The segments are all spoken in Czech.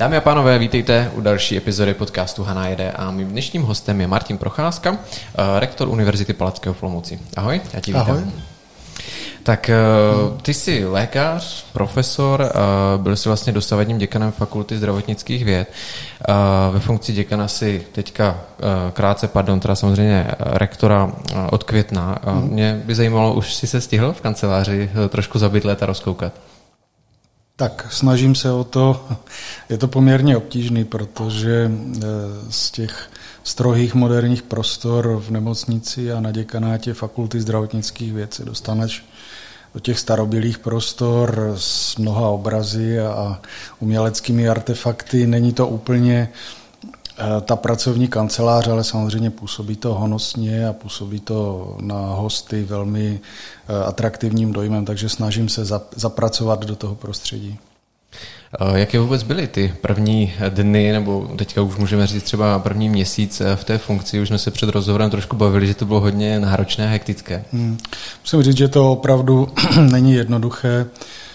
Dámy a pánové, vítejte u další epizody podcastu Hana jede a mým dnešním hostem je Martin Procházka, rektor Univerzity Palackého v Olomouci. Ahoj, já tě vítám. Ahoj. Tak ty jsi lékař, profesor, byl jsi vlastně dosavadním děkanem Fakulty zdravotnických věd. Ve funkci děkana si teďka teda samozřejmě rektora od května. Mě by zajímalo, už jsi se stihl v kanceláři trošku zabydlet a rozkoukat? Tak, snažím se o to. Je to poměrně obtížný, protože z těch strohých moderních prostor v nemocnici a na děkanátě Fakulty zdravotnických věd se dostaneš do těch starobylých prostor s mnoha obrazy a uměleckými artefakty. Není to úplně ta pracovní kancelář, ale samozřejmě působí to honosně a působí to na hosty velmi atraktivním dojmem, takže snažím se zapracovat do toho prostředí. Jaké vůbec byly ty první dny, nebo teďka už můžeme říct třeba první měsíc v té funkci? Už jsme se před rozhovorem trošku bavili, že to bylo hodně náročné a hektické. Musím říct, že to opravdu není jednoduché,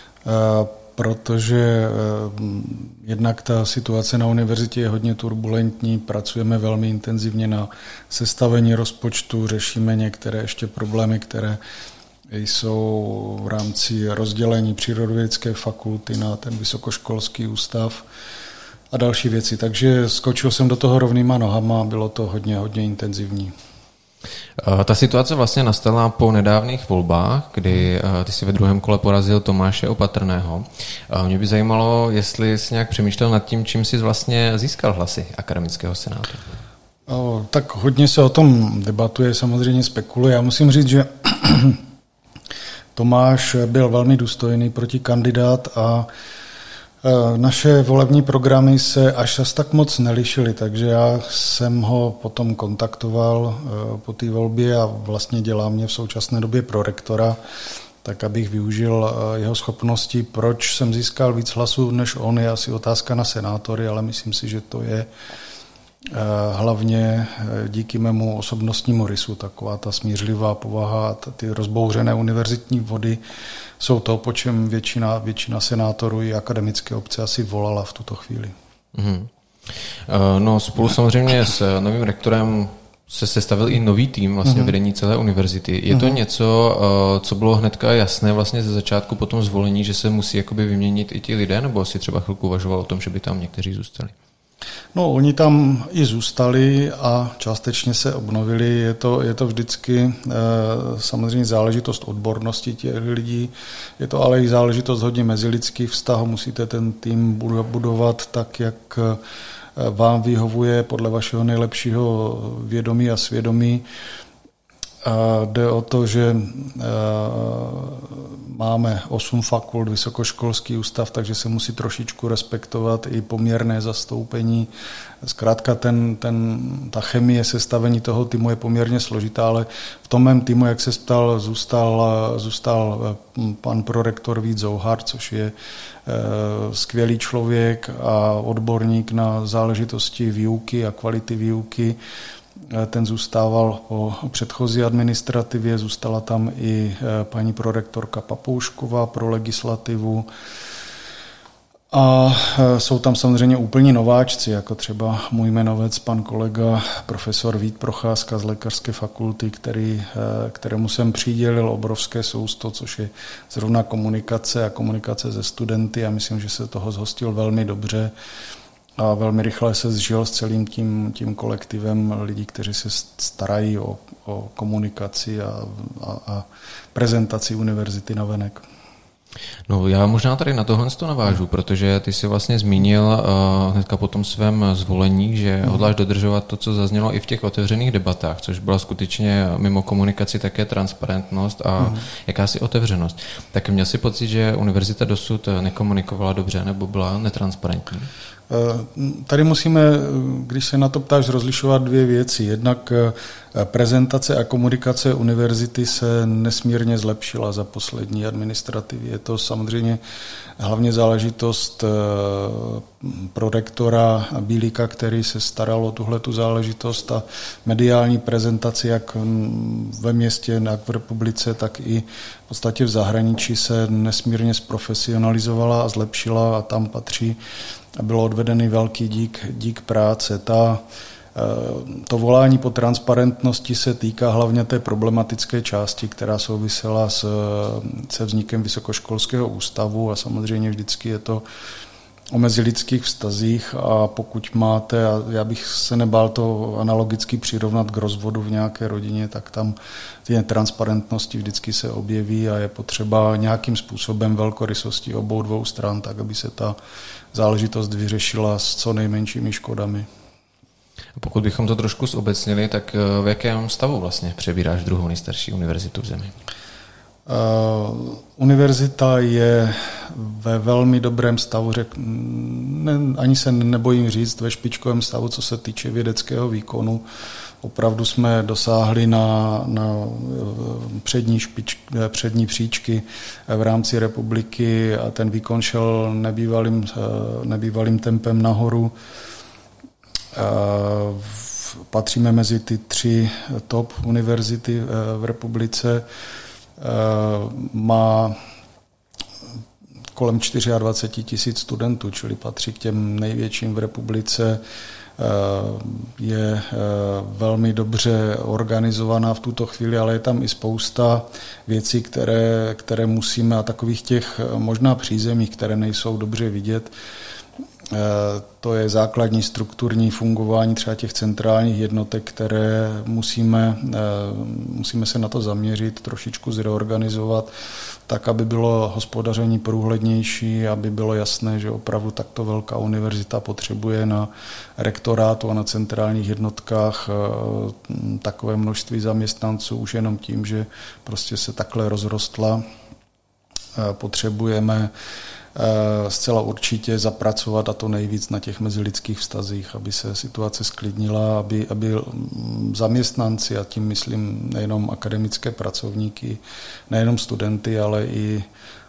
protože jednak ta situace na univerzitě je hodně turbulentní, pracujeme velmi intenzivně na sestavení rozpočtu, řešíme některé ještě problémy, které jsou v rámci rozdělení přírodovědecké fakulty na ten vysokoškolský ústav a další věci. Takže skočil jsem do toho rovnýma nohama, bylo to hodně intenzivní. Ta situace vlastně nastala po nedávných volbách, kdy ty si ve druhém kole porazil Tomáše Opatrného. Mě by zajímalo, jestli jsi nějak přemýšlel nad tím, čím jsi vlastně získal hlasy akademického senátu. Tak hodně se o tom debatuje, samozřejmě spekuluje. Já musím říct, že Tomáš byl velmi důstojný protikandidát a naše volební programy se až tak moc nelišily, takže já jsem ho potom kontaktoval po té volbě a vlastně dělá mě v současné době prorektora, tak abych využil jeho schopnosti. Proč jsem získal víc hlasů než on, je asi otázka na senátory, ale myslím si, že to je hlavně díky mému osobnostnímu rysu, taková ta smířlivá povaha, ty rozbouřené univerzitní vody jsou to, po čem většina senátorů i akademické obce asi volala v tuto chvíli. No spolu samozřejmě s novým rektorem se sestavil i nový tým vlastně vedení celé univerzity. Je to něco, co bylo hnedka jasné vlastně ze začátku po tom zvolení, že se musí jakoby vyměnit i ti lidé, nebo si třeba chvilku uvažoval o tom, že by tam někteří zůstali? No, oni tam i zůstali a částečně se obnovili. Je to vždycky samozřejmě záležitost odbornosti těch lidí. Je to ale i záležitost hodně mezilidských vztahů. Musíte ten tým budovat tak, jak vám vyhovuje podle vašeho nejlepšího vědomí a svědomí. Jde o to, že máme 8 fakult, vysokoškolský ústav, takže se musí trošičku respektovat i poměrné zastoupení. Zkrátka ta chemie sestavení toho týmu je poměrně složitá, ale v tom mém týmu, jak se ptal, zůstal pan prorektor Vít Zouhar, což je skvělý člověk a odborník na záležitosti výuky a kvality výuky. Ten zůstával po předchozí administrativě, zůstala tam i paní prorektorka Papoušková pro legislativu a jsou tam samozřejmě úplní nováčci, jako třeba můj jmenovec, pan kolega profesor Vít Procházka z lékařské fakulty, kterému jsem přidělil obrovské sousto, což je zrovna komunikace se studenty a myslím, že se toho zhostil velmi dobře. A velmi rychle se zžil s celým tím kolektivem lidí, kteří se starají o komunikaci a prezentaci univerzity navenek. No já možná tady na tohle navážu, protože ty jsi vlastně zmínil hnedka po tom svém zvolení, že hodláš dodržovat to, co zaznělo i v těch otevřených debatách, což byla skutečně mimo komunikaci také transparentnost a jakási otevřenost. Tak měl jsi pocit, že univerzita dosud nekomunikovala dobře nebo byla netransparentní? Tady musíme, když se na to ptáš, rozlišovat dvě věci. Jednak prezentace a komunikace univerzity se nesmírně zlepšila za poslední administrativě. Je to samozřejmě hlavně záležitost prorektora Bílíka, který se staral o tuhletu záležitost a mediální prezentaci jak ve městě, jak v republice, tak i v podstatě v zahraničí se nesmírně zprofesionalizovala a zlepšila a tam patří bylo odvedený velký dík práce. To volání po transparentnosti se týká hlavně té problematické části, která souvisela se vznikem Vysokoškolského ústavu a samozřejmě vždycky je to o mezilidských vztazích a pokud máte, a já bych se nebál to analogicky přirovnat k rozvodu v nějaké rodině, tak tam ty transparentnosti vždycky se objeví a je potřeba nějakým způsobem velkorysosti obou dvou stran, tak aby se ta záležitost vyřešila s co nejmenšími škodami. Pokud bychom to trošku zobecnili, tak v jakém stavu vlastně přebíráš druhou nejstarší univerzitu v zemi? Univerzita je ve velmi dobrém stavu, ani se nebojím říct, ve špičkovém stavu, co se týče vědeckého výkonu. Opravdu jsme dosáhli na přední příčky v rámci republiky a ten výkon šel nebývalým tempem nahoru. Patříme mezi ty 3 top univerzity v republice. Má kolem 24 000 studentů, čili patří k těm největším v republice. Je velmi dobře organizovaná v tuto chvíli, ale je tam i spousta věcí, které musíme, a takových těch možná přízemí, které nejsou dobře vidět. To je základní strukturní fungování třeba těch centrálních jednotek, které musíme se na to zaměřit, trošičku zreorganizovat, tak, aby bylo hospodaření průhlednější, aby bylo jasné, že opravdu takto velká univerzita potřebuje na rektorátu a na centrálních jednotkách takové množství zaměstnanců už jenom tím, že prostě se takhle rozrostla. Potřebujeme zcela určitě zapracovat a to nejvíc na těch mezilidských vztazích, aby se situace sklidnila, aby zaměstnanci, a tím myslím nejenom akademické pracovníky, nejenom studenty, ale i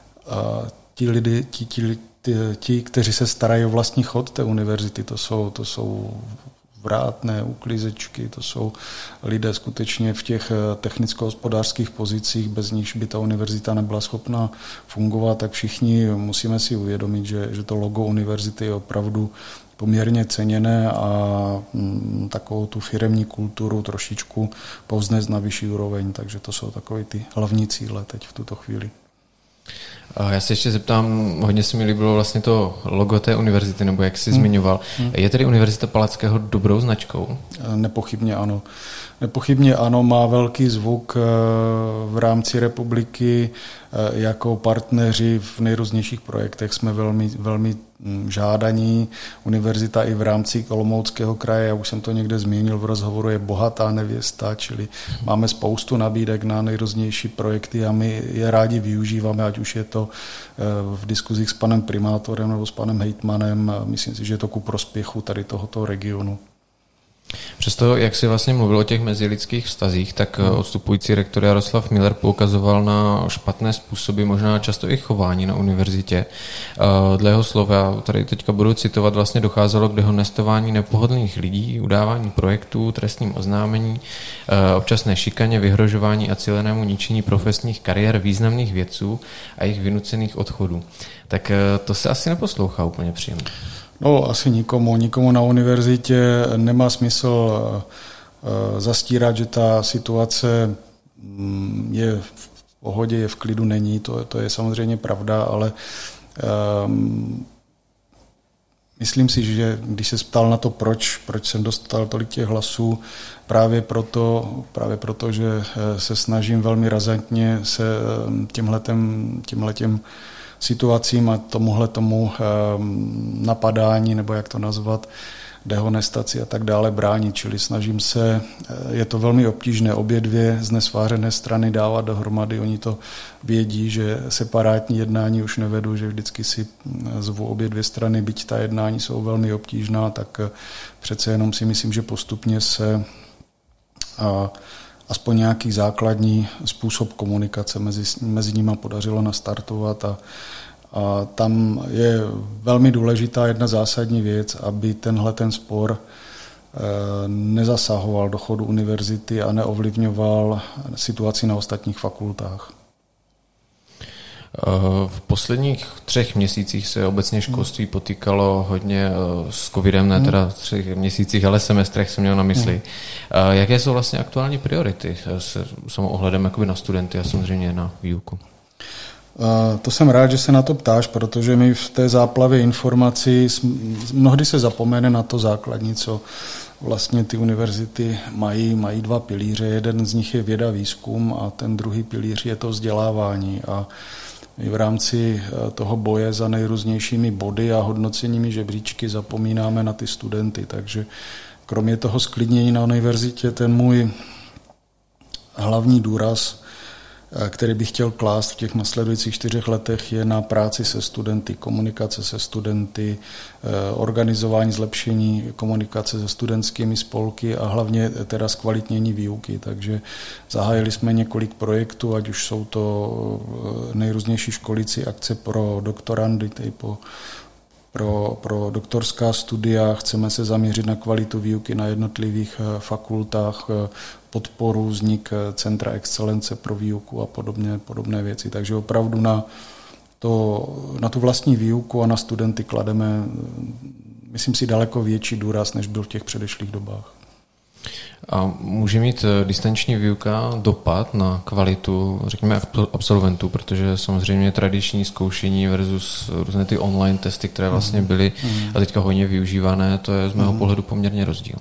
ti, kteří se starají o vlastní chod té univerzity, to jsou vrátné, uklízečky, to jsou lidé skutečně v těch technicko-hospodářských pozicích, bez nichž by ta univerzita nebyla schopna fungovat, tak všichni musíme si uvědomit, že to logo univerzity je opravdu poměrně ceněné a takovou tu firemní kulturu trošičku povznést na vyšší úroveň, takže to jsou takové ty hlavní cíle teď v tuto chvíli. Já se ještě zeptám, hodně se mi líbilo vlastně to logo té univerzity, nebo jak jsi zmiňoval. Je tedy Univerzita Palackého dobrou značkou? Nepochybně ano. Nepochybně ano, má velký zvuk v rámci republiky. Jako partneři v nejrůznějších projektech jsme velmi žádaní. Univerzita i v rámci Olomouckého kraje, já už jsem to někde zmínil v rozhovoru, je bohatá nevěsta, čili máme spoustu nabídek na nejrůznější projekty a my je rádi využíváme, ať už je to v diskuzích s panem primátorem nebo s panem hejtmanem. Myslím si, že je to ku prospěchu tady tohoto regionu. Přesto, jak jsi vlastně mluvil o těch mezilidských vztazích, tak odstupující rektor Jaroslav Miller poukazoval na špatné způsoby, možná často i chování na univerzitě. Dle jeho slova, tady teďka budu citovat, vlastně docházelo k dehonestování nepohodlných lidí, udávání projektů, trestním oznámení, občasné šikaně, vyhrožování a cílenému ničení profesních kariér významných vědců a jejich vynucených odchodů. Tak to se asi neposlouchá úplně příjemně. No, asi nikomu na univerzitě nemá smysl zastírat, že ta situace je v pohodě, je v klidu, není, to je samozřejmě pravda, ale myslím si, že když se ptal na to, proč jsem dostal tolik těch hlasů, právě proto, že se snažím velmi razantně se těmhletěm situacím a tomu napadání, nebo jak to nazvat, dehonestaci a tak dále bránit. Čili snažím se, je to velmi obtížné, obě dvě znesvářené strany dávat dohromady. Oni to vědí, že separátní jednání už nevedu, že vždycky si zvu obě dvě strany, byť ta jednání jsou velmi obtížná, tak přece jenom si myslím, že postupně se aspoň nějaký základní způsob komunikace mezi nimi podařilo nastartovat a tam je velmi důležitá jedna zásadní věc, aby ten spor nezasahoval do chodu univerzity a neovlivňoval situaci na ostatních fakultách. V posledních 3 měsících se obecně školství potýkalo hodně s covidem, ne teda 3 měsících, ale semestrech jsem měl na mysli. Jaké jsou vlastně aktuální priority s ohledem jakoby na studenty a samozřejmě na výuku? To jsem rád, že se na to ptáš, protože my v té záplavě informací mnohdy se zapomene na to základní, co vlastně ty univerzity mají 2 pilíře. Jeden z nich je věda, výzkum a ten druhý pilíř je to vzdělávání. A my v rámci toho boje za nejrůznějšími body a hodnoceními žebříčky zapomínáme na ty studenty. Takže kromě toho sklidnění na univerzitě ten můj hlavní důraz, který bych chtěl klást v těch nasledujících 4 letech, je na práci se studenty, komunikace se studenty, organizování, zlepšení komunikace se studentskými spolky a hlavně teda zkvalitnění výuky. Takže zahájili jsme několik projektů, ať už jsou to nejrůznější školící akce pro doktorandy, pro doktorská studia, chceme se zaměřit na kvalitu výuky na jednotlivých fakultách, podporu, vznik centra excelence pro výuku a podobné věci. Takže opravdu na tu vlastní výuku a na studenty klademe, myslím si, daleko větší důraz, než byl v těch předešlých dobách. A může mít distanční výuka dopad na kvalitu, řekněme, absolventů, protože samozřejmě tradiční zkoušení versus různé ty online testy, které vlastně byly a teďka hodně využívané, to je z mého pohledu poměrně rozdíl.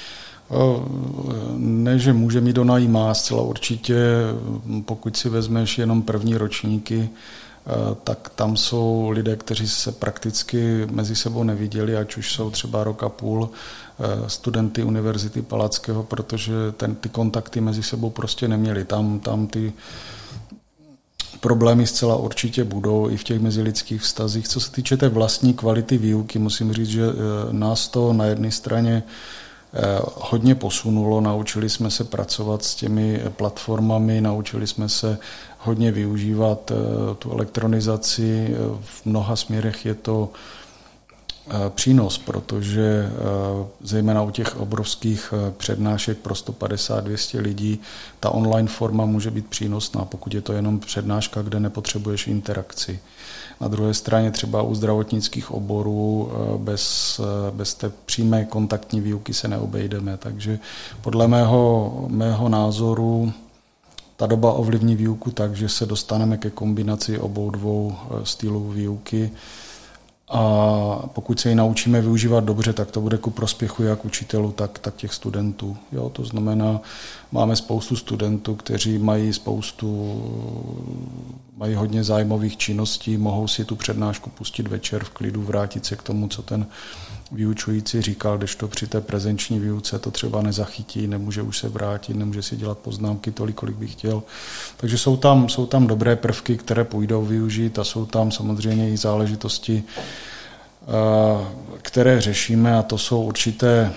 Ne, že může mít, ona jí má zcela určitě, pokud si vezmeš jenom první ročníky, tak tam jsou lidé, kteří se prakticky mezi sebou neviděli, ať už jsou třeba rok a půl studenty Univerzity Palackého, protože ty kontakty mezi sebou prostě neměli. Tam ty problémy zcela určitě budou i v těch mezilidských vztazích. Co se týče té vlastní kvality výuky, musím říct, že nás to na jedné straně hodně posunulo, naučili jsme se pracovat s těmi platformami, naučili jsme se hodně využívat tu elektronizaci. V mnoha směrech je to přínos, protože zejména u těch obrovských přednášek pro 150-200 lidí ta online forma může být přínosná, pokud je to jenom přednáška, kde nepotřebuješ interakci. Na druhé straně třeba u zdravotnických oborů bez té přímé kontaktní výuky se neobejdeme. Takže podle mého názoru ta doba ovlivní výuku tak, že se dostaneme ke kombinaci obou 2 stylů výuky. A pokud se ji naučíme využívat dobře, tak to bude ku prospěchu jak učitelů, tak těch studentů. Jo, to znamená, máme spoustu studentů, kteří mají hodně zájmových činností, mohou si tu přednášku pustit večer v klidu, vrátit se k tomu, co ten vyučující říkal, kdežto při té prezenční výuce to třeba nezachytí, nemůže už se vrátit, nemůže si dělat poznámky tolik, kolik by chtěl. Takže jsou tam dobré prvky, které půjdou využít a jsou tam samozřejmě i záležitosti, které řešíme, a to jsou určité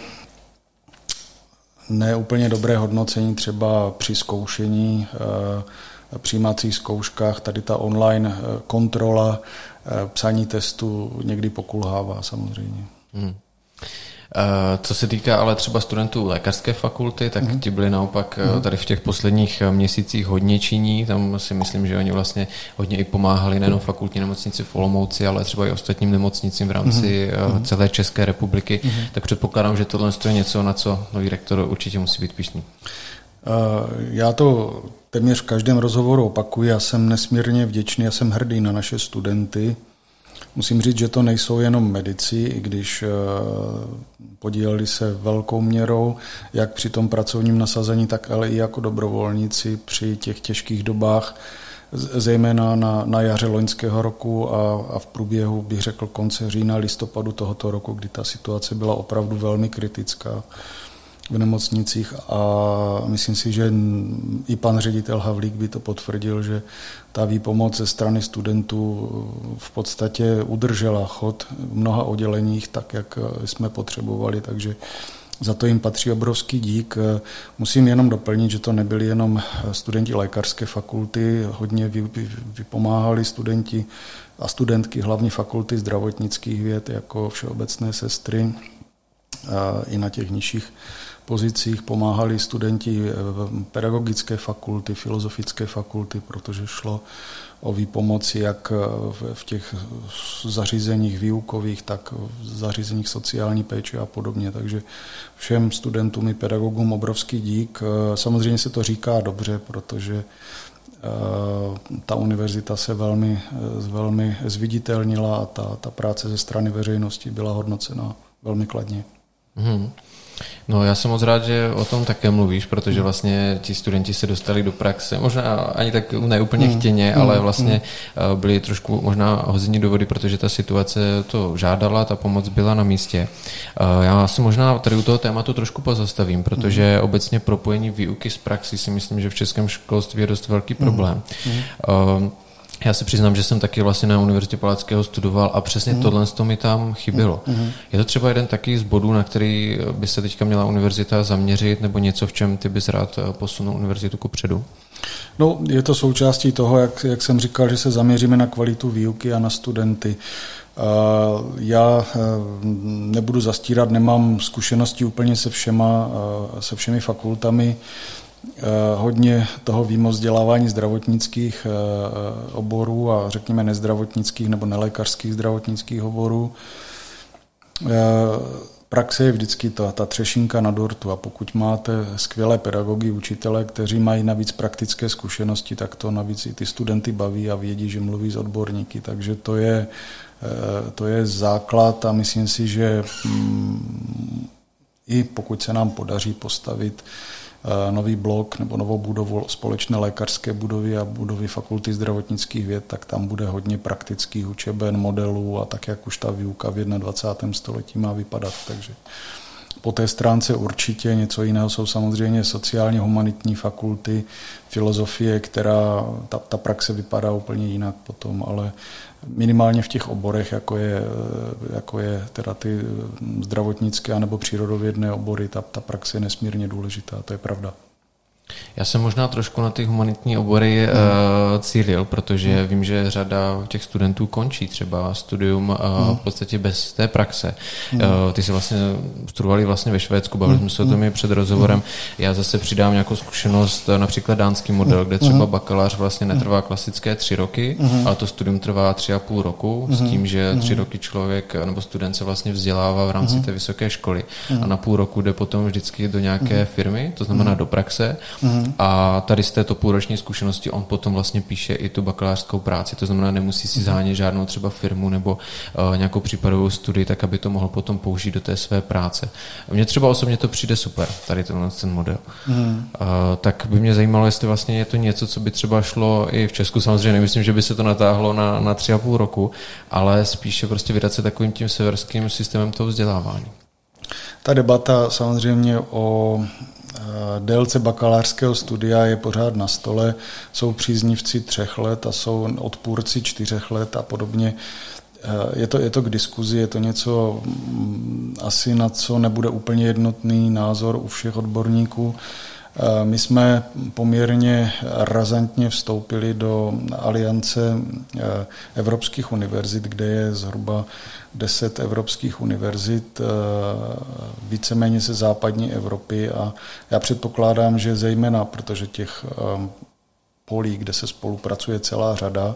neúplně dobré hodnocení třeba při zkoušení, přijímacích zkouškách, tady ta online kontrola, psaní testu někdy pokulhává samozřejmě. Co se týká ale třeba studentů lékařské fakulty, tak ti byli naopak tady v těch posledních měsících hodně činní. Tam si myslím, že oni vlastně hodně i pomáhali nejenom fakultní nemocnici v Olomouci, ale třeba i ostatním nemocnicím v rámci celé České republiky. Tak předpokládám, že tohle je něco, na co nový rektor určitě musí být pyšný. Já to téměř v každém rozhovoru opakuji. Já jsem nesmírně vděčný, já jsem hrdý na naše studenty. Musím říct, že to nejsou jenom medici, i když podíleli se velkou měrou, jak při tom pracovním nasazení, tak ale i jako dobrovolníci při těch těžkých dobách, zejména na jaře loňského roku a v průběhu, bych řekl, konce října, listopadu tohoto roku, kdy ta situace byla opravdu velmi kritická v nemocnicích, a myslím si, že i pan ředitel Havlík by to potvrdil, že ta výpomoc ze strany studentů v podstatě udržela chod v mnoha odděleních tak, jak jsme potřebovali, takže za to jim patří obrovský dík. Musím jenom doplnit, že to nebyli jenom studenti lékařské fakulty, hodně vypomáhali studenti a studentky hlavně fakulty zdravotnických věd jako všeobecné sestry, i na těch nižších pozicích, pomáhali studenti pedagogické fakulty, filozofické fakulty, protože šlo o výpomoci jak v těch zařízeních výukových, tak v zařízeních sociální péče a podobně. Takže všem studentům i pedagogům obrovský dík. Samozřejmě se to říká dobře, protože ta univerzita se velmi zviditelnila a ta práce ze strany veřejnosti byla hodnocena velmi kladně. No, já jsem moc rád, že o tom také mluvíš, protože vlastně ti studenti se dostali do praxe, možná ani tak neúplně chtěně, ale vlastně byli trošku možná hození do vody, protože ta situace to žádala, ta pomoc byla na místě. Já si možná tady u toho tématu trošku pozastavím, protože obecně propojení výuky s praxí si myslím, že v českém školství je dost velký problém. Já se přiznám, že jsem taky vlastně na Univerzitě Palackého studoval a přesně tohle mi tam chybělo. Je to třeba jeden taky z bodů, na který by se teďka měla univerzita zaměřit, nebo něco, v čem ty bys rád posunul univerzitu kupředu? No, je to součástí toho, jak jsem říkal, že se zaměříme na kvalitu výuky a na studenty. Já nebudu zastírat, nemám zkušenosti úplně se všemi fakultami. Hodně toho vím o vzdělávání zdravotnických oborů a řekněme nezdravotnických nebo nelékařských zdravotnických oborů. Praxe je vždycky ta třešinka na dortu a pokud máte skvělé pedagogy, učitele, kteří mají navíc praktické zkušenosti, tak to navíc i ty studenty baví a vědí, že mluví s odborníky. Takže to je základ a myslím si, že i pokud se nám podaří postavit nový blok nebo novou budovu společné lékařské budovy a budovy fakulty zdravotnických věd, tak tam bude hodně praktických učeben, modelů a tak, jak už ta výuka v 21. století má vypadat. Takže po té stránce určitě něco jiného jsou samozřejmě sociálně humanitní fakulty, filozofie, která ta praxe vypadá úplně jinak potom, ale minimálně v těch oborech, jako je teda ty zdravotnické anebo přírodovědné obory, ta praxe je nesmírně důležitá, to je pravda. Já jsem možná trošku na ty humanitní obory cílil, protože vím, že řada těch studentů končí třeba studium v podstatě bez té praxe. Ty se vlastně studovali vlastně ve Švédsku, bavili jsme se o tom i před rozhovorem. Já zase přidám nějakou zkušenost, například dánský model, kde třeba bakalář vlastně netrvá klasické 3 roky, ale to studium trvá 3,5 roku, s tím, že 3 roky člověk nebo student se vlastně vzdělává v rámci té vysoké školy a na půl roku jde potom vždycky do nějaké firmy, to znamená do praxe. A tady z této půlroční zkušenosti on potom vlastně píše i tu bakalářskou práci, to znamená, nemusí si zánět žádnou třeba firmu nebo nějakou případovou studii, tak aby to mohl potom použít do té své práce. Mně třeba osobně to přijde super, tady ten model. Tak by mě zajímalo, jestli vlastně je to něco, co by třeba šlo i v Česku, samozřejmě nemyslím, že by se to natáhlo na 3,5 roku, ale spíše prostě vydat se takovým tím severským systémem toho vzdělávání. Ta debata samozřejmě o délce bakalářského studia je pořád na stole. Jsou příznivci 3 let a jsou odpůrci 4 let a podobně. Je to k diskuzi, je to něco asi na co nebude úplně jednotný názor u všech odborníků. My jsme poměrně razantně vstoupili do aliance evropských univerzit, kde je zhruba 10 evropských univerzit, víceméně ze západní Evropy a já předpokládám, že zejména, protože těch polí, kde se spolupracuje celá řada,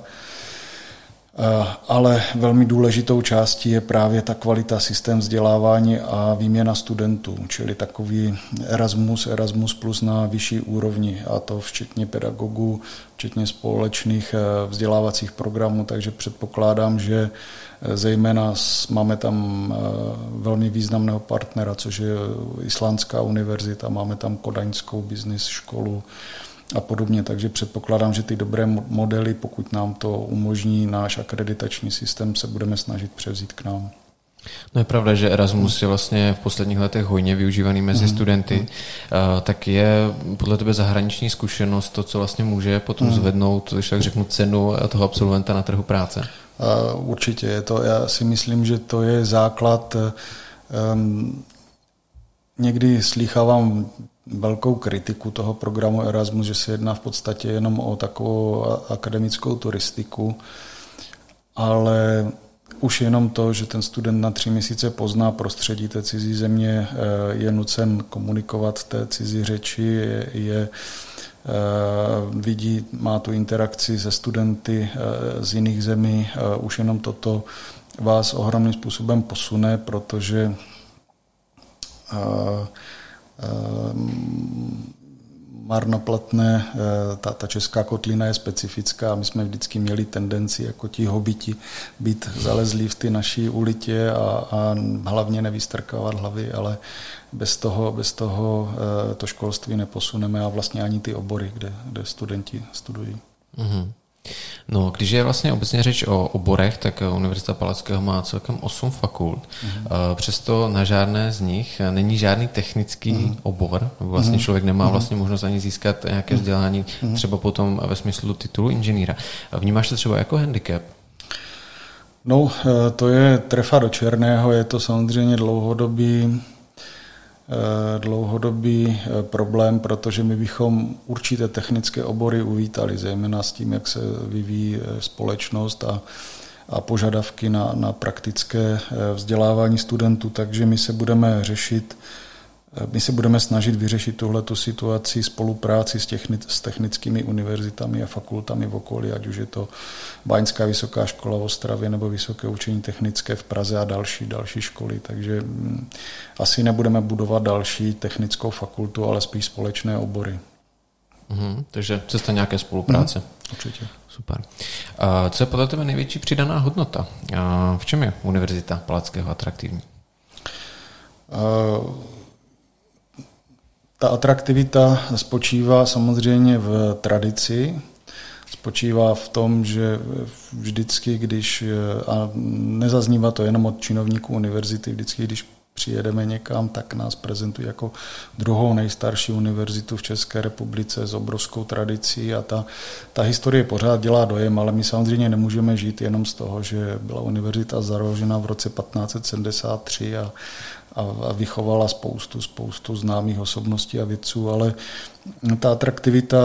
ale velmi důležitou částí je právě ta kvalita systém vzdělávání a výměna studentů, čili takový Erasmus plus na vyšší úrovni a to včetně pedagogů, včetně společných vzdělávacích programů, takže předpokládám, že zejména máme tam velmi významného partnera, což je Islandská univerzita, máme tam Kodaňskou business školu a podobně, takže předpokládám, že ty dobré modely, pokud nám to umožní náš akreditační systém, se budeme snažit převzít k nám. No je pravda, že Erasmus je vlastně v posledních letech hojně využívaný mezi studenty, tak je podle tebe zahraniční zkušenost to, co vlastně může potom zvednout, když tak řeknu, cenu toho absolventa na trhu práce? Určitě je to. Já si myslím, že to je základ. Někdy slýchávám velkou kritiku toho programu Erasmus, že se jedná v podstatě jenom o takovou akademickou turistiku, ale už jenom to, že ten student na 3 měsíce pozná prostředí té cizí země, je nucen komunikovat v té cizí řeči, vidí, má tu interakci se studenty z jiných zemí, už jenom toto vás ohromným způsobem posune, protože marnoplatné, ta česká kotlina je specifická a my jsme vždycky měli tendenci jako ti hobiti být zalezlí v ty naší ulitě a hlavně nevystrkávat hlavy, ale bez toho to školství neposuneme a vlastně ani ty obory, kde studenti studují. Mm-hmm. No, když je vlastně obecně řeč o oborech, tak Univerzita Palackého má celkem 8 fakult. Přesto na žádné z nich není žádný technický obor. Vlastně člověk nemá vlastně možnost ani získat nějaké vzdělání, třeba potom ve smyslu titulu inženýra. Vnímáš to třeba jako handicap? No, to je trefa do černého, je to samozřejmě dlouhodobý problém, protože my bychom určité technické obory uvítali, zejména s tím, jak se vyvíjí společnost a požadavky na praktické vzdělávání studentů, takže my se budeme snažit vyřešit tuhletu situaci spolupráci s technickými univerzitami a fakultami v okolí, ať už je to Báňská vysoká škola v Ostravě nebo Vysoké učení technické v Praze a další školy. Takže asi nebudeme budovat další technickou fakultu, ale spíš společné obory. Takže cesta nějaké spolupráce. Určitě. Super. Co je podle tebe největší přidaná hodnota? V čem je Univerzita Palackého atraktivní? Ta atraktivita spočívá samozřejmě v tradici, spočívá v tom, že vždycky, a nezaznívá to jenom od činovníků univerzity, vždycky, když přijedeme někam, tak nás prezentují jako druhou nejstarší univerzitu v České republice s obrovskou tradicí a ta historie pořád dělá dojem, ale my samozřejmě nemůžeme žít jenom z toho, že byla univerzita založena v roce 1573 a vychovala spoustu známých osobností a vědců, ale ta atraktivita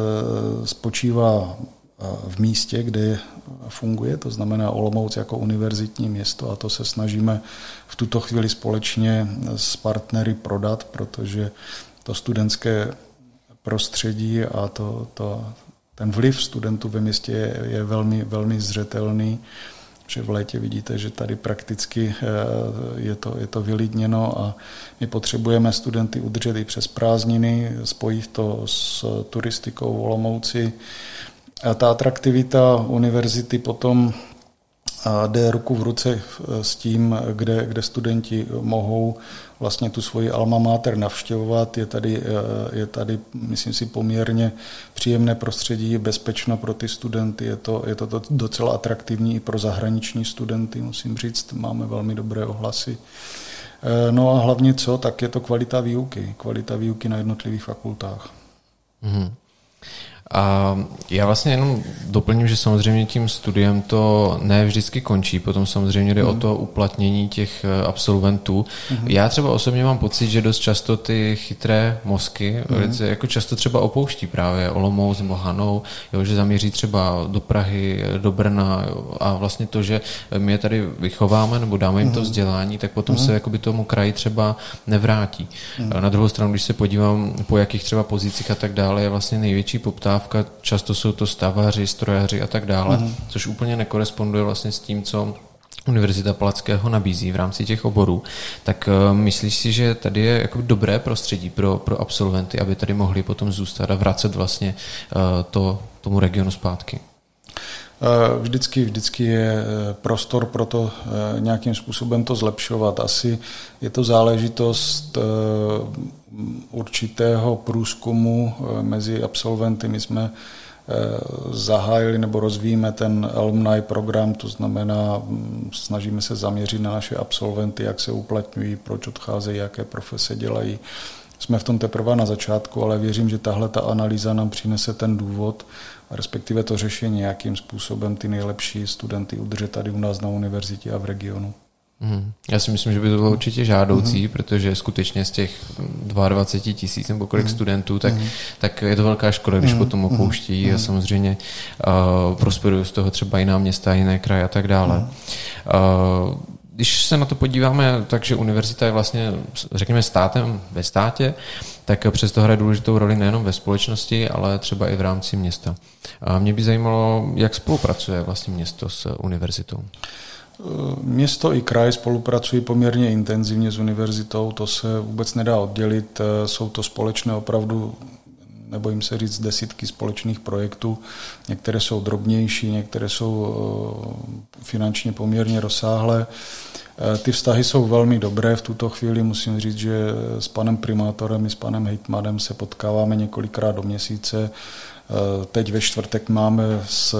spočívá v místě, kde funguje, to znamená Olomouc jako univerzitní město a to se snažíme v tuto chvíli společně s partnery prodat, protože to studentské prostředí a ten vliv studentů ve městě je velmi, velmi zřetelný, že v létě vidíte, že tady prakticky je to vylidněno a my potřebujeme studenty udržet i přes prázdniny, spojit to s turistikou v Olomouci. A ta atraktivita univerzity potom jde ruku v ruce s tím, kde studenti mohou vlastně tu svoji alma mater navštěvovat. Je tady, myslím si, poměrně příjemné prostředí, bezpečno pro ty studenty. Je to docela atraktivní i pro zahraniční studenty, musím říct. Máme velmi dobré ohlasy. No a hlavně tak je to kvalita výuky na jednotlivých fakultách. Mm-hmm. A já vlastně jenom doplním, že samozřejmě tím studiem to ne vždycky končí, potom samozřejmě jde o to uplatnění těch absolventů. Já třeba osobně mám pocit, že dost často ty chytré mozky jako často třeba opouští právě Olomouc nebo Hanou, že zaměří třeba do Prahy, do Brna a vlastně to, že my je tady vychováme nebo dáme jim to vzdělání, tak potom se jakoby tomu kraji třeba nevrátí. Na druhou stranu, když se podívám, po jakých třeba pozicích a tak dále je vlastně největší poptávka, často jsou to stavaři, strojaři a tak dále, což úplně nekoresponduje vlastně s tím, co Univerzita Palackého nabízí v rámci těch oborů. Tak myslíš si, že tady je jako dobré prostředí pro absolventy, aby tady mohli potom zůstat a vracet vlastně tomu regionu zpátky? Vždycky je prostor pro to nějakým způsobem to zlepšovat. Asi je to záležitost určitého průzkumu mezi absolventy. My jsme zahájili nebo rozvíjíme ten alumni program, to znamená, snažíme se zaměřit na naše absolventy, jak se uplatňují, proč odcházejí, jaké profese dělají. Jsme v tom teprve na začátku, ale věřím, že tahle ta analýza nám přinese ten důvod, respektive to řešení, jakým způsobem ty nejlepší studenty udržet tady u nás na univerzitě a v regionu. Já si myslím, že by to bylo určitě žádoucí, protože skutečně z těch 22 000 nebo kolik studentů, tak je to velká škoda, když potom opouští a samozřejmě prosperují z toho třeba jiná města, jiné kraje a tak dále. Když se na to podíváme, takže univerzita je vlastně, řekněme, státem ve státě, tak přesto hraje důležitou roli nejenom ve společnosti, ale třeba i v rámci města. A mě by zajímalo, jak spolupracuje vlastně město s univerzitou. Město i kraj spolupracují poměrně intenzivně s univerzitou, to se vůbec nedá oddělit, jsou to společné opravdu, nebojím se říct, desítky společných projektů, některé jsou drobnější, některé jsou finančně poměrně rozsáhlé. Ty vztahy jsou velmi dobré v tuto chvíli, musím říct, že s panem primátorem i s panem hejtmanem se potkáváme několikrát do měsíce. Teď ve čtvrtek máme s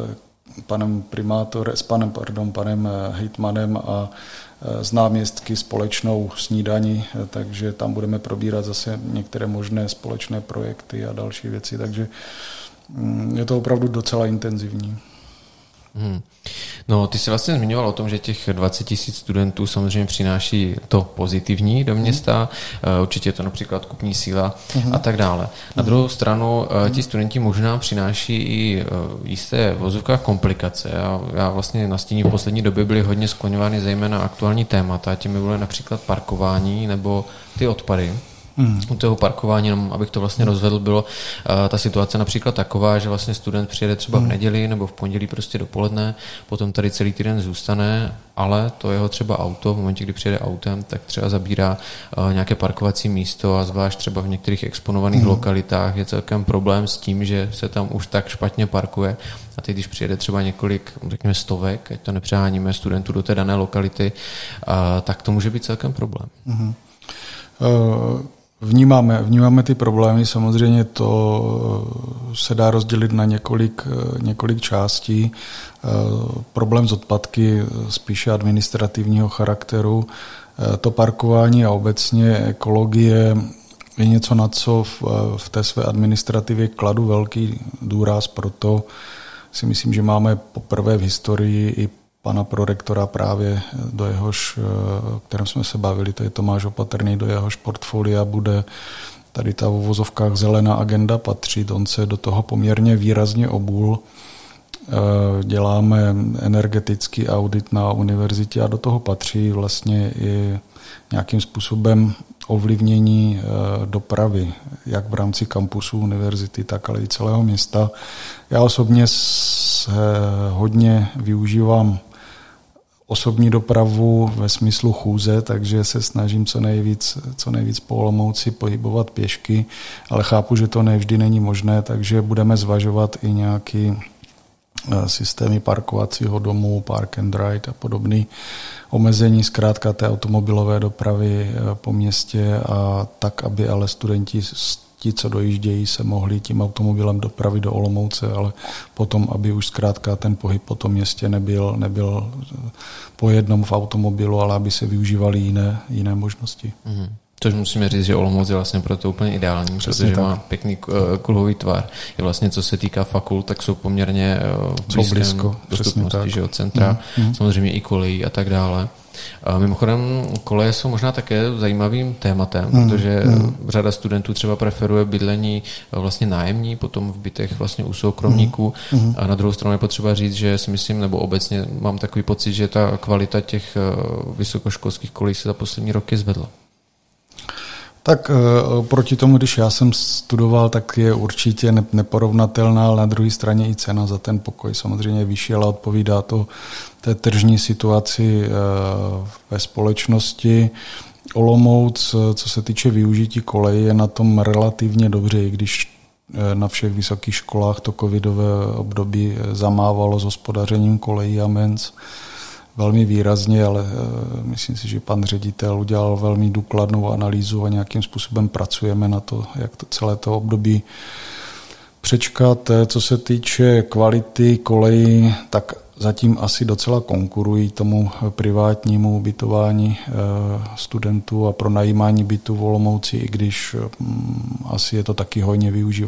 panem hejtmanem a s náměstky společnou snídani, takže tam budeme probírat zase některé možné společné projekty a další věci, takže je to opravdu docela intenzivní. No, ty jsi vlastně zmiňoval o tom, že těch 20 000 studentů samozřejmě přináší to pozitivní do města, určitě je to například kupní síla a tak dále. Na druhou stranu ti studenti možná přináší i jisté v vozovkách komplikace. Já vlastně na stíně v poslední době byly hodně skloňovány zejména aktuální témata, těmi byly například parkování nebo ty odpady. U toho parkování, abych to vlastně rozvedl, bylo ta situace například taková, že vlastně student přijede třeba v neděli nebo v pondělí prostě dopoledne, potom tady celý týden zůstane, ale to jeho třeba auto, v momentě, kdy přijede autem, tak třeba zabírá nějaké parkovací místo a zvlášť třeba v některých exponovaných lokalitách je celkem problém s tím, že se tam už tak špatně parkuje a teď, když přijede třeba několik, řekněme stovek, ať to nepřeháníme studentů do té dané lokality, tak to může být celkem problém. Vnímáme ty problémy, samozřejmě to se dá rozdělit na několik částí. Problém z odpadky spíše administrativního charakteru, to parkování a obecně ekologie je něco, na co v té své administrativě kladu velký důraz, proto si myslím, že máme poprvé v historii i pana prorektora právě do jehož, o kterém jsme se bavili, to je Tomáš Opatrný, do jehož portfolia bude tady ta v uvozovkách zelená agenda patřit. On se do toho poměrně výrazně obul. Děláme energetický audit na univerzitě a do toho patří vlastně i nějakým způsobem ovlivnění dopravy, jak v rámci kampusu univerzity, tak ale i celého města. Já osobně hodně využívám osobní dopravu ve smyslu chůze, takže se snažím co nejvíc po Olomouci pohybovat pěšky, ale chápu, že to nevždy není možné, takže budeme zvažovat i nějaký systémy parkovacího domu, park and ride a podobné omezení zkrátka té automobilové dopravy po městě a tak, aby ale studenti, ti, co dojíždějí, se mohli tím automobilem dopravit do Olomouce, ale potom, aby už zkrátka ten pohyb po tom městě nebyl po jednom v automobilu, ale aby se využívaly jiné možnosti. Což musíme říct, že Olomouc je vlastně proto úplně ideální, přesně protože tak. má pěkný kruhový tvar. Je vlastně, co se týká fakult, tak jsou poměrně v blízkém dostupnosti, že od centra, samozřejmě i kolejí a tak dále. Mimochodem, koleje jsou možná také zajímavým tématem, protože řada studentů třeba preferuje bydlení vlastně nájemní, potom v bytech vlastně u soukromníků. A na druhou stranu je potřeba říct, že si myslím, nebo obecně mám takový pocit, že ta kvalita těch vysokoškolských kolejí se za poslední roky zvedla. Tak proti tomu, když já jsem studoval, tak je určitě neporovnatelná, ale na druhé straně i cena za ten pokoj samozřejmě je vyšší, ale odpovídá to té tržní situaci ve společnosti. Olomouc, co se týče využití koleji, je na tom relativně dobře, i když na všech vysokých školách to covidové období zamávalo s hospodařením kolejí a menz velmi výrazně, ale myslím si, že pan ředitel udělal velmi důkladnou analýzu a nějakým způsobem pracujeme na to, jak to celé to období přečkat. Co se týče kvality kolejí, tak zatím asi docela konkurují tomu privátnímu ubytování studentů a pronajímání bytu v Olomouci, i když asi je to taky hojně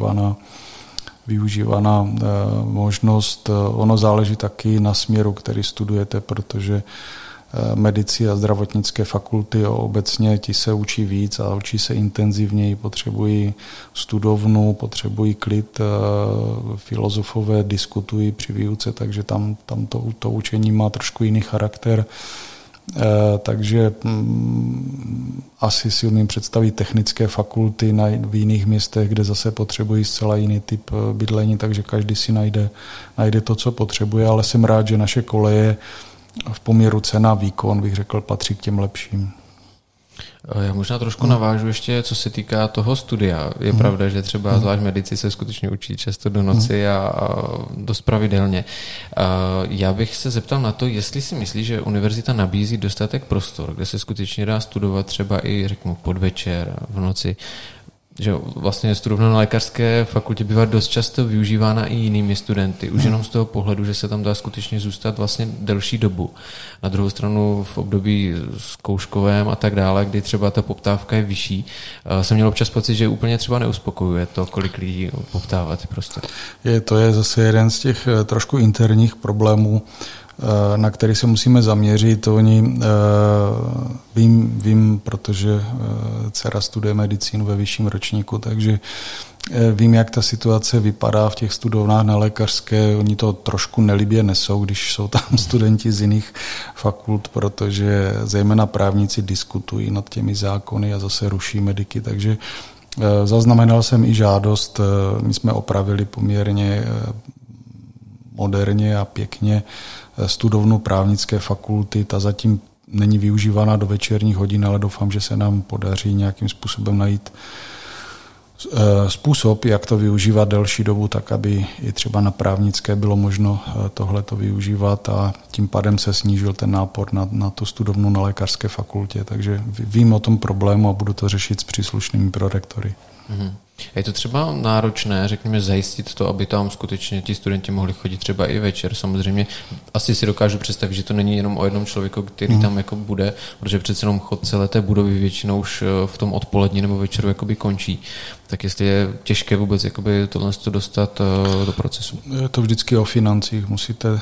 využívaná možnost. Ono záleží taky na směru, který studujete, protože medici a zdravotnické fakulty obecně, ti se učí víc a učí se intenzivněji, potřebují studovnu, potřebují klid, filozofové diskutují při výuce, takže tam to učení má trošku jiný charakter. Takže asi si umím představit technické fakulty v jiných městech, kde zase potřebují zcela jiný typ bydlení, takže každý si najde to, co potřebuje, ale jsem rád, že naše koleje v poměru cena výkon, bych řekl, patří k těm lepším. Já možná trošku navážu ještě, co se týká toho studia. Je pravda, že třeba zvlášť medici se skutečně učí často do noci a dost pravidelně. Já bych se zeptal na to, jestli si myslíš, že univerzita nabízí dostatek prostor, kde se skutečně dá studovat třeba i, řeknu, podvečer, v noci, že vlastně studovna na lékařské fakultě bývá dost často využívána i jinými studenty, už jenom z toho pohledu, že se tam dá skutečně zůstat vlastně delší dobu. Na druhou stranu v období zkouškovém a tak dále, kdy třeba ta poptávka je vyšší, jsem měl občas pocit, že úplně třeba neuspokojuje to, kolik lidí poptává ty prostory. To je zase jeden z těch trošku interních problémů, na který se musíme zaměřit. Vím, protože dcera studuje medicínu ve vyšším ročníku, takže vím, jak ta situace vypadá v těch studovnách na lékařské. Oni to trošku nelibě nesou, když jsou tam studenti z jiných fakult, protože zejména právníci diskutují nad těmi zákony a zase ruší mediky, takže zaznamenal jsem i žádost. My jsme opravili poměrně moderně a pěkně studovnu právnické fakulty. Ta zatím není využívána do večerních hodin, ale doufám, že se nám podaří nějakým způsobem najít způsob, jak to využívat delší dobu, tak aby i třeba na právnické bylo možno tohleto využívat a tím pádem se snížil ten nápor na tu studovnu na lékařské fakultě. Takže vím o tom problému a budu to řešit s příslušnými prorektory. Je to třeba náročné, řekněme, zajistit to, aby tam skutečně ti studenti mohli chodit třeba i večer. Samozřejmě asi si dokážu představit, že to není jenom o jednom člověku, který tam jako bude, protože přece jenom chod celé té budovy většinou už v tom odpolední nebo večeru jakoby končí. Tak jestli je těžké vůbec jakoby tohle dostat do procesu. Je to vždycky o financích. Musíte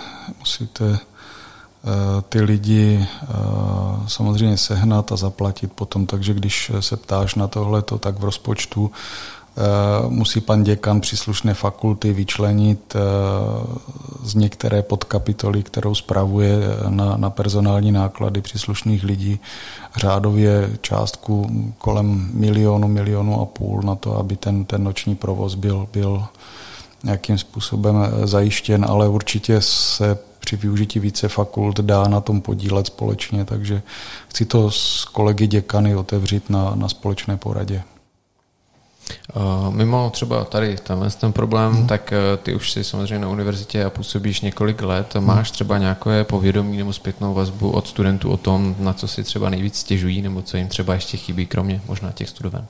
ty lidi samozřejmě sehnat a zaplatit potom, takže když se ptáš na tohleto, tak v rozpočtu musí pan děkan příslušné fakulty vyčlenit z některé podkapitoly, kterou spravuje na personální náklady příslušných lidí, řádově částku kolem milionu a půl na to, aby ten noční provoz byl nějakým způsobem zajištěn, ale určitě se při využití více fakult dá na tom podílet společně, takže chci to s kolegy děkany otevřít na společné poradě. Mimo třeba tady ten problém, tak ty už jsi samozřejmě na univerzitě a působíš několik let. Máš třeba nějaké povědomí nebo zpětnou vazbu od studentů o tom, na co si třeba nejvíc stěžují nebo co jim třeba ještě chybí, kromě možná těch studoven?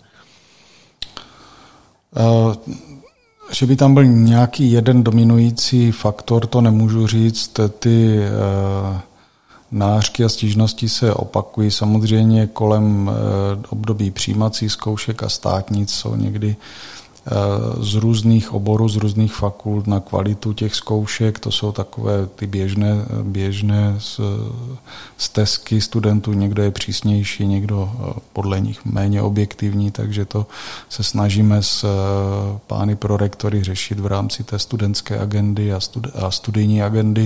Že by tam byl nějaký jeden dominující faktor, to nemůžu říct. Ty nářky a stížnosti se opakují. Samozřejmě kolem období přijímacích zkoušek a státnic jsou někdy z různých oborů, z různých fakult na kvalitu těch zkoušek. To jsou takové ty běžné stesky studentů. Někdo je přísnější, někdo podle nich méně objektivní, takže to se snažíme s pány prorektory řešit v rámci té studentské agendy a studijní agendy.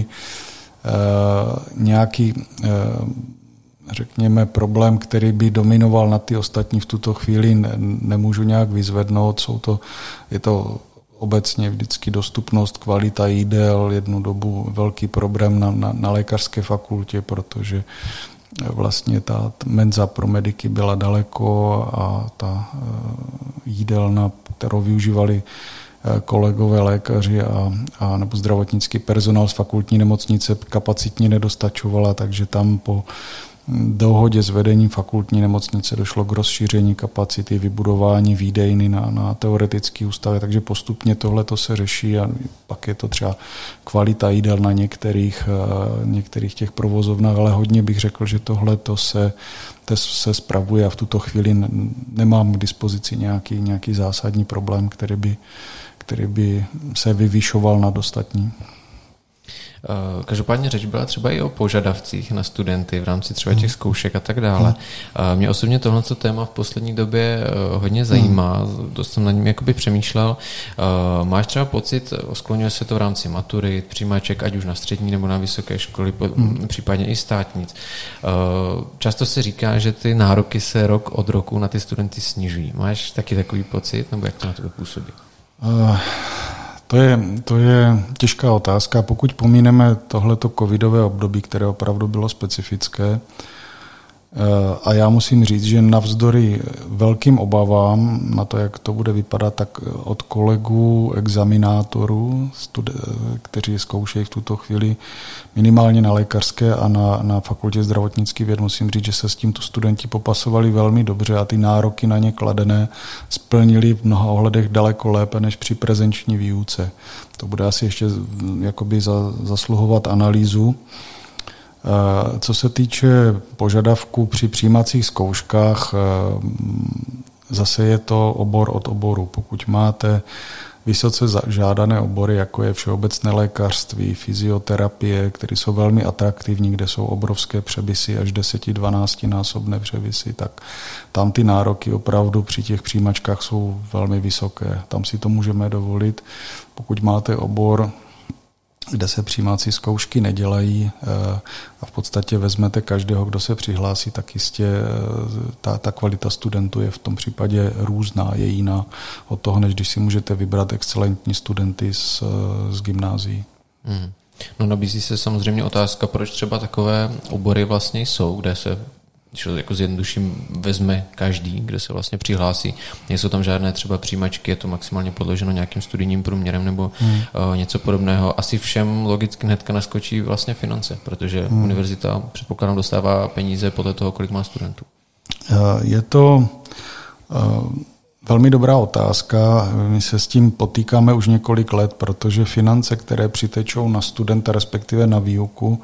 Nějaký řekněme problém, který by dominoval na ty ostatní v tuto chvíli, nemůžu nějak vyzvednout. Je to obecně vždycky dostupnost, kvalita jídel, jednu dobu velký problém na lékařské fakultě, protože vlastně ta menza pro mediky byla daleko a ta jídelna, kterou využívali kolegové lékaři a nebo zdravotnický personál z fakultní nemocnice kapacitně nedostačovala, takže tam po dohodě s vedením fakultní nemocnice došlo k rozšíření kapacity, vybudování výdejny na teoretický ústav, takže postupně tohleto se řeší a pak je to třeba kvalita jídel na některých těch provozovnách, ale hodně bych řekl, že tohleto se spravuje a v tuto chvíli nemám k dispozici nějaký zásadní problém, který by se vyvyšoval nad ostatní. Každopádně řeč byla třeba i o požadavcích na studenty v rámci třeba těch zkoušek a tak dále. Mě osobně tohleto téma v poslední době hodně zajímá, dost jsem na něm jakoby přemýšlel. Máš třeba pocit, skloňuje se to v rámci maturit, přijímaček, ať už na střední nebo na vysoké školy, případně i státnic. Často se říká, že ty nároky se rok od roku na ty studenty snižují. Máš taky takový pocit, nebo jak to na to působí? To je těžká otázka. Pokud pomíneme tohleto covidové období, které opravdu bylo specifické, a já musím říct, že navzdory velkým obavám na to, jak to bude vypadat, tak od kolegů, examinátorů, kteří zkoušejí v tuto chvíli minimálně na lékařské a na fakultě zdravotnických věd, musím říct, že se s tímto studenti popasovali velmi dobře a ty nároky na ně kladené splnili v mnoha ohledech daleko lépe než při prezenční výuce. To bude asi ještě jakoby zasluhovat analýzu. Co se týče požadavků při přijímacích zkouškách, zase je to obor od oboru. Pokud máte vysoce žádané obory, jako je všeobecné lékařství, fyzioterapie, které jsou velmi atraktivní, kde jsou obrovské převisy, až 10-12 násobné převisy, tak tam ty nároky opravdu při těch přijímačkách jsou velmi vysoké. Tam si to můžeme dovolit. Pokud máte obor, kde se přijímací zkoušky nedělají a v podstatě vezmete každého, kdo se přihlásí, tak jistě ta kvalita studentů je v tom případě různá, je jiná od toho, než když si můžete vybrat excelentní studenty z gymnázií. No, nabízí se samozřejmě otázka, proč třeba takové obory vlastně jsou, kde se, když to jako zjednoduším, vezme každý, kde se vlastně přihlásí. Nejsou tam žádné třeba přijímačky, je to maximálně podloženo nějakým studijním průměrem nebo něco podobného. Asi všem logicky hnedka naskočí vlastně finance, protože univerzita, předpokládám, dostává peníze podle toho, kolik má studentů. Je to velmi dobrá otázka. My se s tím potýkáme už několik let, protože finance, které přitečou na studenta, respektive na výuku,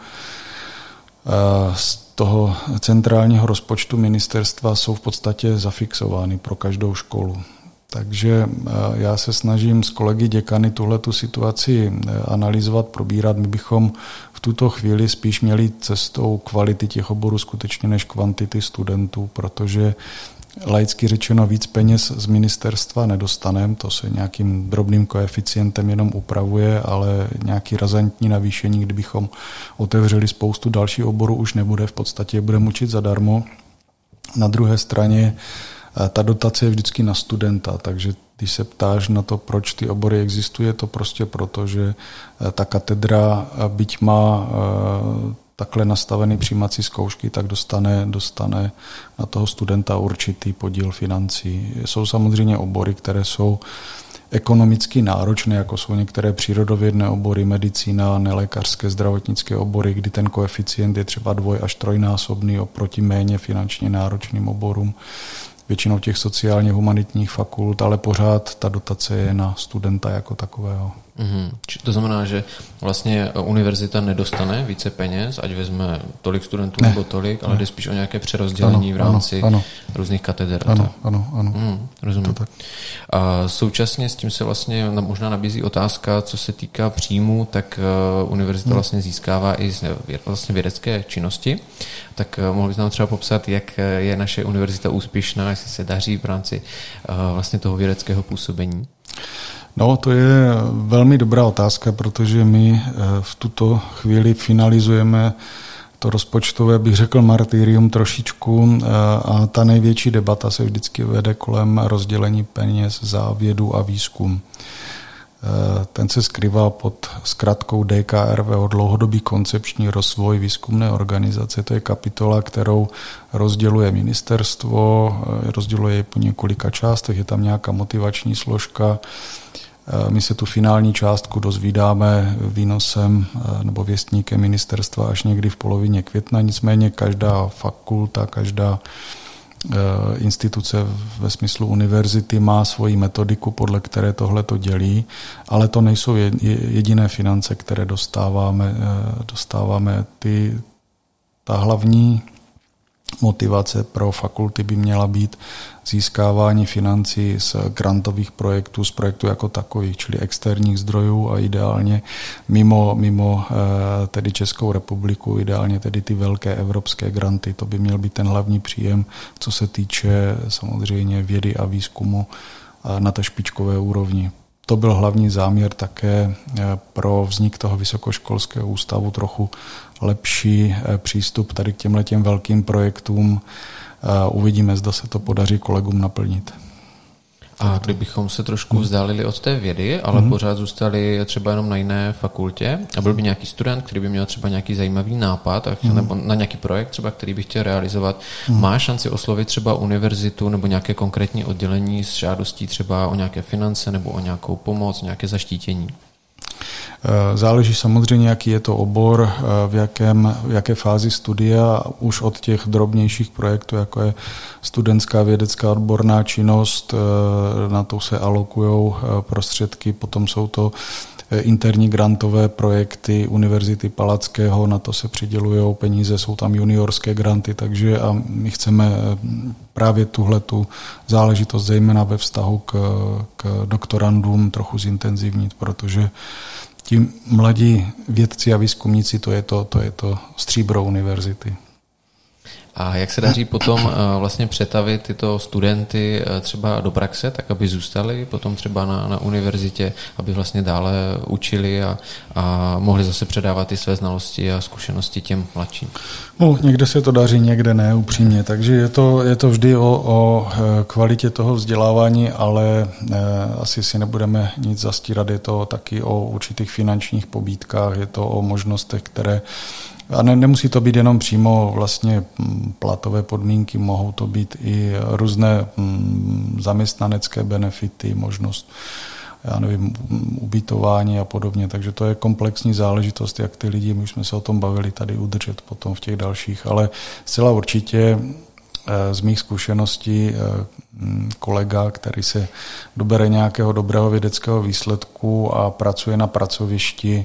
z toho centrálního rozpočtu ministerstva jsou v podstatě zafixovány pro každou školu. Takže já se snažím s kolegy děkany tuhletu situaci analyzovat, probírat. My bychom v tuto chvíli spíš měli cestou kvality těch oborů skutečně než kvantity studentů, protože laicky řečeno víc peněz z ministerstva nedostaneme, to se nějakým drobným koeficientem jenom upravuje, ale nějaký razantní navýšení, kdybychom otevřeli spoustu dalších oborů, už nebude, v podstatě budeme učit zadarmo. Na druhé straně ta dotace je vždycky na studenta, takže když se ptáš na to, proč ty obory existují, je to prostě proto, že ta katedra, byť má takhle nastavený přijímací zkoušky, tak dostane na toho studenta určitý podíl financí. Jsou samozřejmě obory, které jsou ekonomicky náročné, jako jsou některé přírodovědné obory, medicína, nelékařské zdravotnické obory, kdy ten koeficient je třeba 2- až 3násobný oproti méně finančně náročným oborům. Většinou těch sociálně humanitních fakult, ale pořád ta dotace je na studenta jako takového. To znamená, že vlastně univerzita nedostane více peněz, ať vezme tolik studentů nebo tolik, ale jde spíš o nějaké přerozdělení v rámci různých kateder. Ano. Rozumím. A současně s tím se vlastně možná nabízí otázka, co se týká příjmu, tak univerzita vlastně získává i vlastně vědecké činnosti. Tak mohl bys nám třeba popsat, jak je naše univerzita úspěšná, jestli se daří v rámci vlastně toho vědeckého působení? No, to je velmi dobrá otázka, protože my v tuto chvíli finalizujeme to rozpočtové, bych řekl, martyrium trošičku a ta největší debata se vždycky vede kolem rozdělení peněz za vědu a výzkum. Ten se skrývá pod zkratkou DKRV, dlouhodobý koncepční rozvoj výzkumné organizace. To je kapitola, kterou rozděluje ministerstvo, rozděluje ji po několika částech, je tam nějaká motivační složka. My se tu finální částku dozvídáme výnosem nebo věstníkem ministerstva až někdy v polovině května, nicméně každá fakulta, každá instituce ve smyslu univerzity má svoji metodiku, podle které tohle to dělí, ale to nejsou jediné finance, které dostáváme. Ta hlavní motivace pro fakulty by měla být získávání financí z grantových projektů, z projektů jako takových, čili externích zdrojů a ideálně mimo tedy Českou republiku, ideálně tedy ty velké evropské granty. To by měl být ten hlavní příjem, co se týče samozřejmě vědy a výzkumu na té špičkové úrovni. To byl hlavní záměr také pro vznik toho vysokoškolského ústavu, trochu lepší přístup tady k těmhletěm velkým projektům. Uvidíme, zda se to podaří kolegům naplnit. A kdybychom se trošku vzdálili od té vědy, ale pořád zůstali třeba jenom na jiné fakultě a byl by nějaký student, který by měl třeba nějaký zajímavý nápad nebo na nějaký projekt třeba, který by chtěl realizovat, má šanci oslovit třeba univerzitu nebo nějaké konkrétní oddělení s žádostí třeba o nějaké finance nebo o nějakou pomoc, nějaké zaštítění? Záleží samozřejmě, jaký je to obor, v jaké fázi studia, už od těch drobnějších projektů, jako je studentská vědecká odborná činnost, na to se alokují prostředky, potom jsou to interní grantové projekty Univerzity Palackého, na to se přidělují peníze, jsou tam juniorské granty, takže a my chceme právě tuhletu záležitost zejména ve vztahu k doktorandům trochu zintenzivnit, protože ti mladí vědci a výzkumníci, to je to stříbro univerzity. A jak se daří potom vlastně přetavit tyto studenty třeba do praxe, tak aby zůstali potom třeba na univerzitě, aby vlastně dále učili a mohli zase předávat ty své znalosti a zkušenosti těm mladším? No, někde se to daří, někde ne, upřímně. Takže je to vždy o kvalitě toho vzdělávání, ale asi si nebudeme nic zastírat. Je to taky o určitých finančních pobídkách, je to o možnostech, které a nemusí to být jenom přímo vlastně platové podmínky, mohou to být i různé zaměstnanecké benefity, možnost, já nevím, ubytování a podobně. Takže to je komplexní záležitost, jak ty lidi, my už jsme se o tom bavili, tady udržet potom v těch dalších. Ale zcela určitě z mých zkušeností kolega, který se dobere nějakého dobrého vědeckého výsledku a pracuje na pracovišti,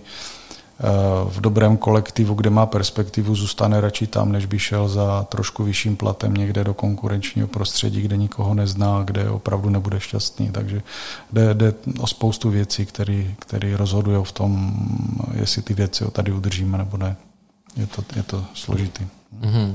v dobrém kolektivu, kde má perspektivu, zůstane radši tam, než by šel za trošku vyšším platem někde do konkurenčního prostředí, kde nikoho nezná, kde opravdu nebude šťastný. Takže jde o spoustu věcí, které rozhodují v tom, jestli ty věci tady udržíme nebo ne. Je to složitý. Mm-hmm.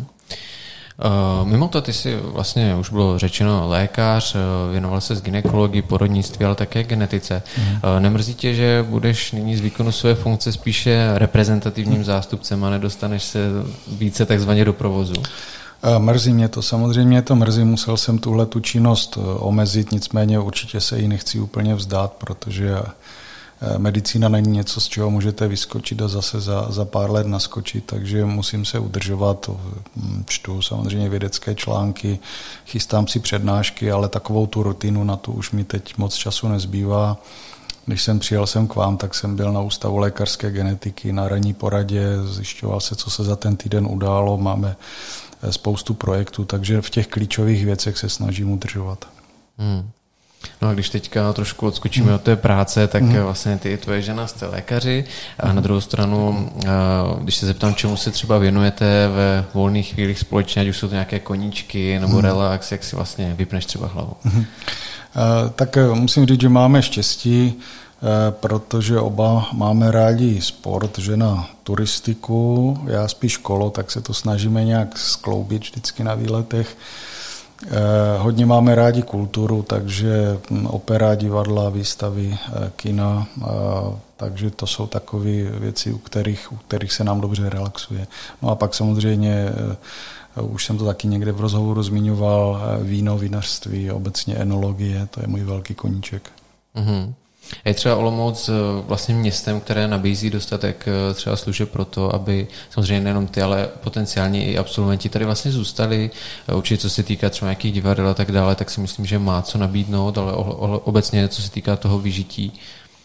Mimo to, ty jsi vlastně, už bylo řečeno, lékař, věnoval se z gynekologii, porodnictví, ale také genetice. Nemrzí tě, že budeš nyní z výkonu své funkce spíše reprezentativním zástupcem a nedostaneš se více takzvaně do provozu? Mrzí mě to, samozřejmě to mrzí, musel jsem tuhletu činnost omezit, nicméně určitě se jí nechci úplně vzdát, protože medicína není něco, z čeho můžete vyskočit a zase za pár let naskočit, takže musím se udržovat. Čtu samozřejmě vědecké články, chystám si přednášky, ale takovou tu rutinu, na tu už mi teď moc času nezbývá. Když jsem přijel sem k vám, tak jsem byl na Ústavu lékařské genetiky, na ranní poradě, zjišťoval se, co se za ten týden událo, máme spoustu projektů, takže v těch klíčových věcech se snažím udržovat. No a když teďka trošku odskočíme od té práce, tak vlastně ty tvoje žena jste lékaři a na druhou stranu, když se zeptám, čemu se třeba věnujete ve volných chvílích společně, ať už jsou to nějaké koníčky nebo relax, jak si vlastně vypneš třeba hlavu? Tak musím říct, že máme štěstí, protože oba máme rádi sport, žena turistiku, já spíš kolo, tak se to snažíme nějak skloubit vždycky na výletech. Hodně máme rádi kulturu, takže opera, divadla, výstavy, kina, takže to jsou takové věci, u kterých se nám dobře relaxuje. No a pak samozřejmě, už jsem to taky někde v rozhovoru zmiňoval, víno, vinařství, obecně enologie, to je můj velký koníček. Mm-hmm. Je třeba Olomouc vlastně městem, které nabízí dostatek třeba služeb pro to, aby samozřejmě nejenom ty, ale potenciálně i absolventi tady vlastně zůstali. Určitě co se týká třeba nějakých divadel a tak dále, tak si myslím, že má co nabídnout, ale obecně co se týká toho vyžití.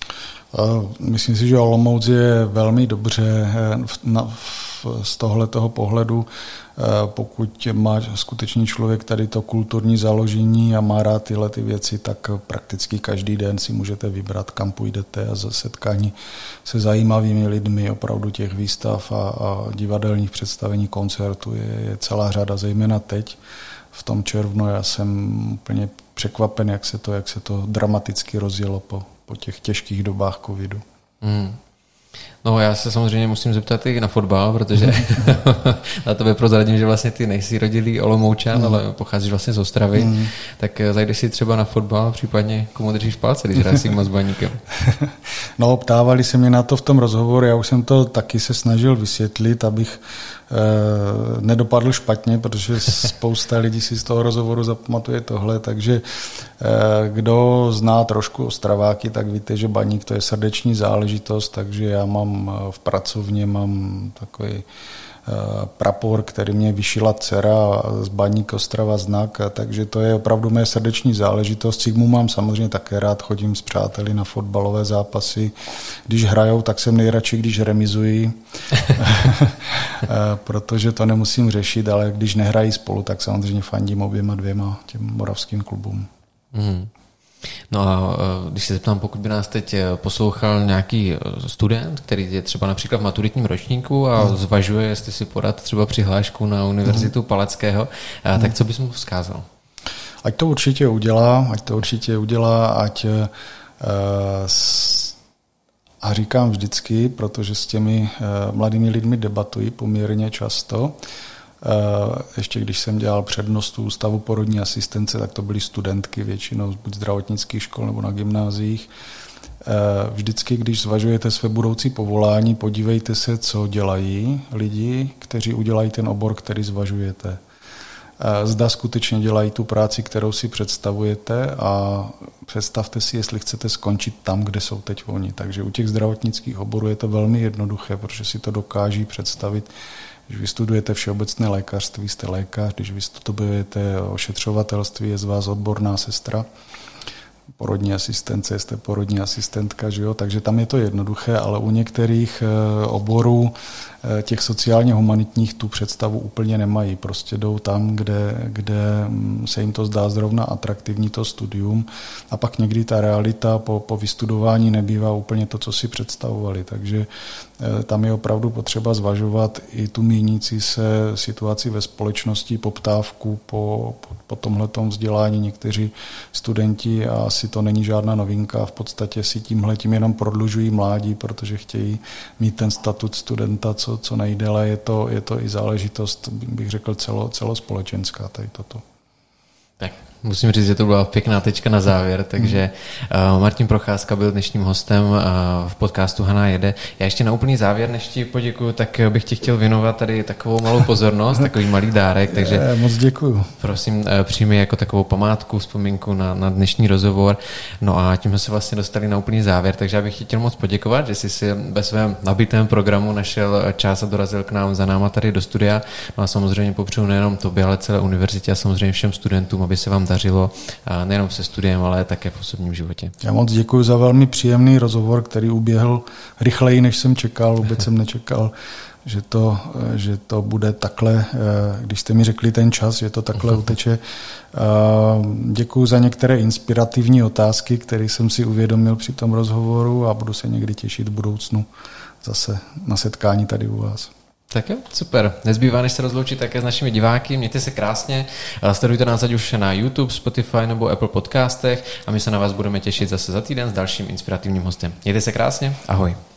Myslím si, že Olomouc je velmi dobře z tohletoho pohledu pokud má skutečně člověk tady to kulturní založení a má rád tyhle ty věci, tak prakticky každý den si můžete vybrat, kam půjdete a za setkání se zajímavými lidmi, opravdu těch výstav a divadelních představení, koncertů je celá řada, zejména teď v tom červnu. Já jsem úplně překvapen, jak se to dramaticky rozjelo po těch těžkých dobách covidu. No já se samozřejmě musím zeptat i na fotbal, protože na tebe prozradím, že vlastně ty nejsi rodilý Olomoučan, ale pocházíš vlastně z Ostravy, tak zajdeš si třeba na fotbal, případně komu držíš palce, když hraješ s Baníkem. No, ptávali se mě na to v tom rozhovoru, já už jsem to taky se snažil vysvětlit, abych nedopadl špatně, protože spousta lidí si z toho rozhovoru zapamatuje tohle, takže kdo zná trošku Ostraváky, tak víte, že Baník to je srdeční záležitost, takže já mám v pracovně takový prapor, který mě vyšila dcera z Baník Ostrava znak, takže to je opravdu mé srdeční záležitost. Sigmu mám samozřejmě také rád, chodím s přáteli na fotbalové zápasy. Když hrajou, tak jsem nejradši, když remizují, protože to nemusím řešit, ale když nehrají spolu, tak samozřejmě fandím oběma dvěma těm moravským klubům. No a když se zeptám, pokud by nás teď poslouchal nějaký student, který je třeba například v maturitním ročníku a zvažuje, jestli si podat třeba přihlášku na Univerzitu Palackého, tak co bys mu vzkázal? Ať to určitě udělá, a říkám vždycky, protože s těmi mladými lidmi debatuji poměrně často. Ještě když jsem dělal přednostu Ústavu porodní asistence, tak to byly studentky většinou buď zdravotnických škol nebo na gymnáziích. Vždycky, když zvažujete své budoucí povolání, podívejte se, co dělají lidi, kteří udělají ten obor, který zvažujete. Zda skutečně dělají tu práci, kterou si představujete, a představte si, jestli chcete skončit tam, kde jsou teď oni. Takže u těch zdravotnických oborů je to velmi jednoduché, protože si to dokáží představit. Když vystudujete všeobecné lékařství, jste lékař, když vystudujete ošetřovatelství, je z vás odborná sestra, porodní asistence, jste porodní asistentka, že jo? Takže tam je to jednoduché, ale u některých oborů těch sociálně humanitních tu představu úplně nemají. Prostě jdou tam, kde se jim to zdá zrovna atraktivní to studium, a pak někdy ta realita po vystudování nebývá úplně to, co si představovali. Takže tam je opravdu potřeba zvažovat i tu měnící se situaci ve společnosti, poptávku po tomhletom vzdělání. Někteří studenti, a asi to není žádná novinka, v podstatě si tímhletím jenom prodlužují mládí, protože chtějí mít ten statut studenta co nejdéle. Je to i záležitost, bych řekl, celospolečenská tady toto. Tak musím říct, že to byla pěkná tečka na závěr, takže Martin Procházka byl dnešním hostem v podcastu Hana jede. Já ještě na úplný závěr, než ti poděkuju, tak bych ti chtěl věnovat tady takovou malou pozornost, takový malý dárek, takže moc děkuju. Prosím, přijmi jako takovou památku, vzpomínku na dnešní rozhovor. No a tím jsme se vlastně dostali na úplný závěr, takže já bych ti chtěl moc poděkovat, že jsi si ve svém nabitém programu našel čas a dorazil k nám za náma tady do studia. No a samozřejmě popřeju nejenom tobě, ale celé univerzitě a samozřejmě všem studentům, aby se vám dařilo nejenom se studiem, ale také v osobním životě. Já moc děkuji za velmi příjemný rozhovor, který uběhl rychleji, než jsem čekal. Vůbec jsem nečekal, že to bude takhle, když jste mi řekli ten čas, že to takhle uteče. Děkuji za některé inspirativní otázky, které jsem si uvědomil při tom rozhovoru, a budu se někdy těšit v budoucnu zase na setkání tady u vás. Tak jo, super. Nezbývá, než se rozloučit také s našimi diváky. Mějte se krásně, sledujte nás ať už na YouTube, Spotify nebo Apple podcastech, a my se na vás budeme těšit zase za týden s dalším inspirativním hostem. Mějte se krásně, ahoj.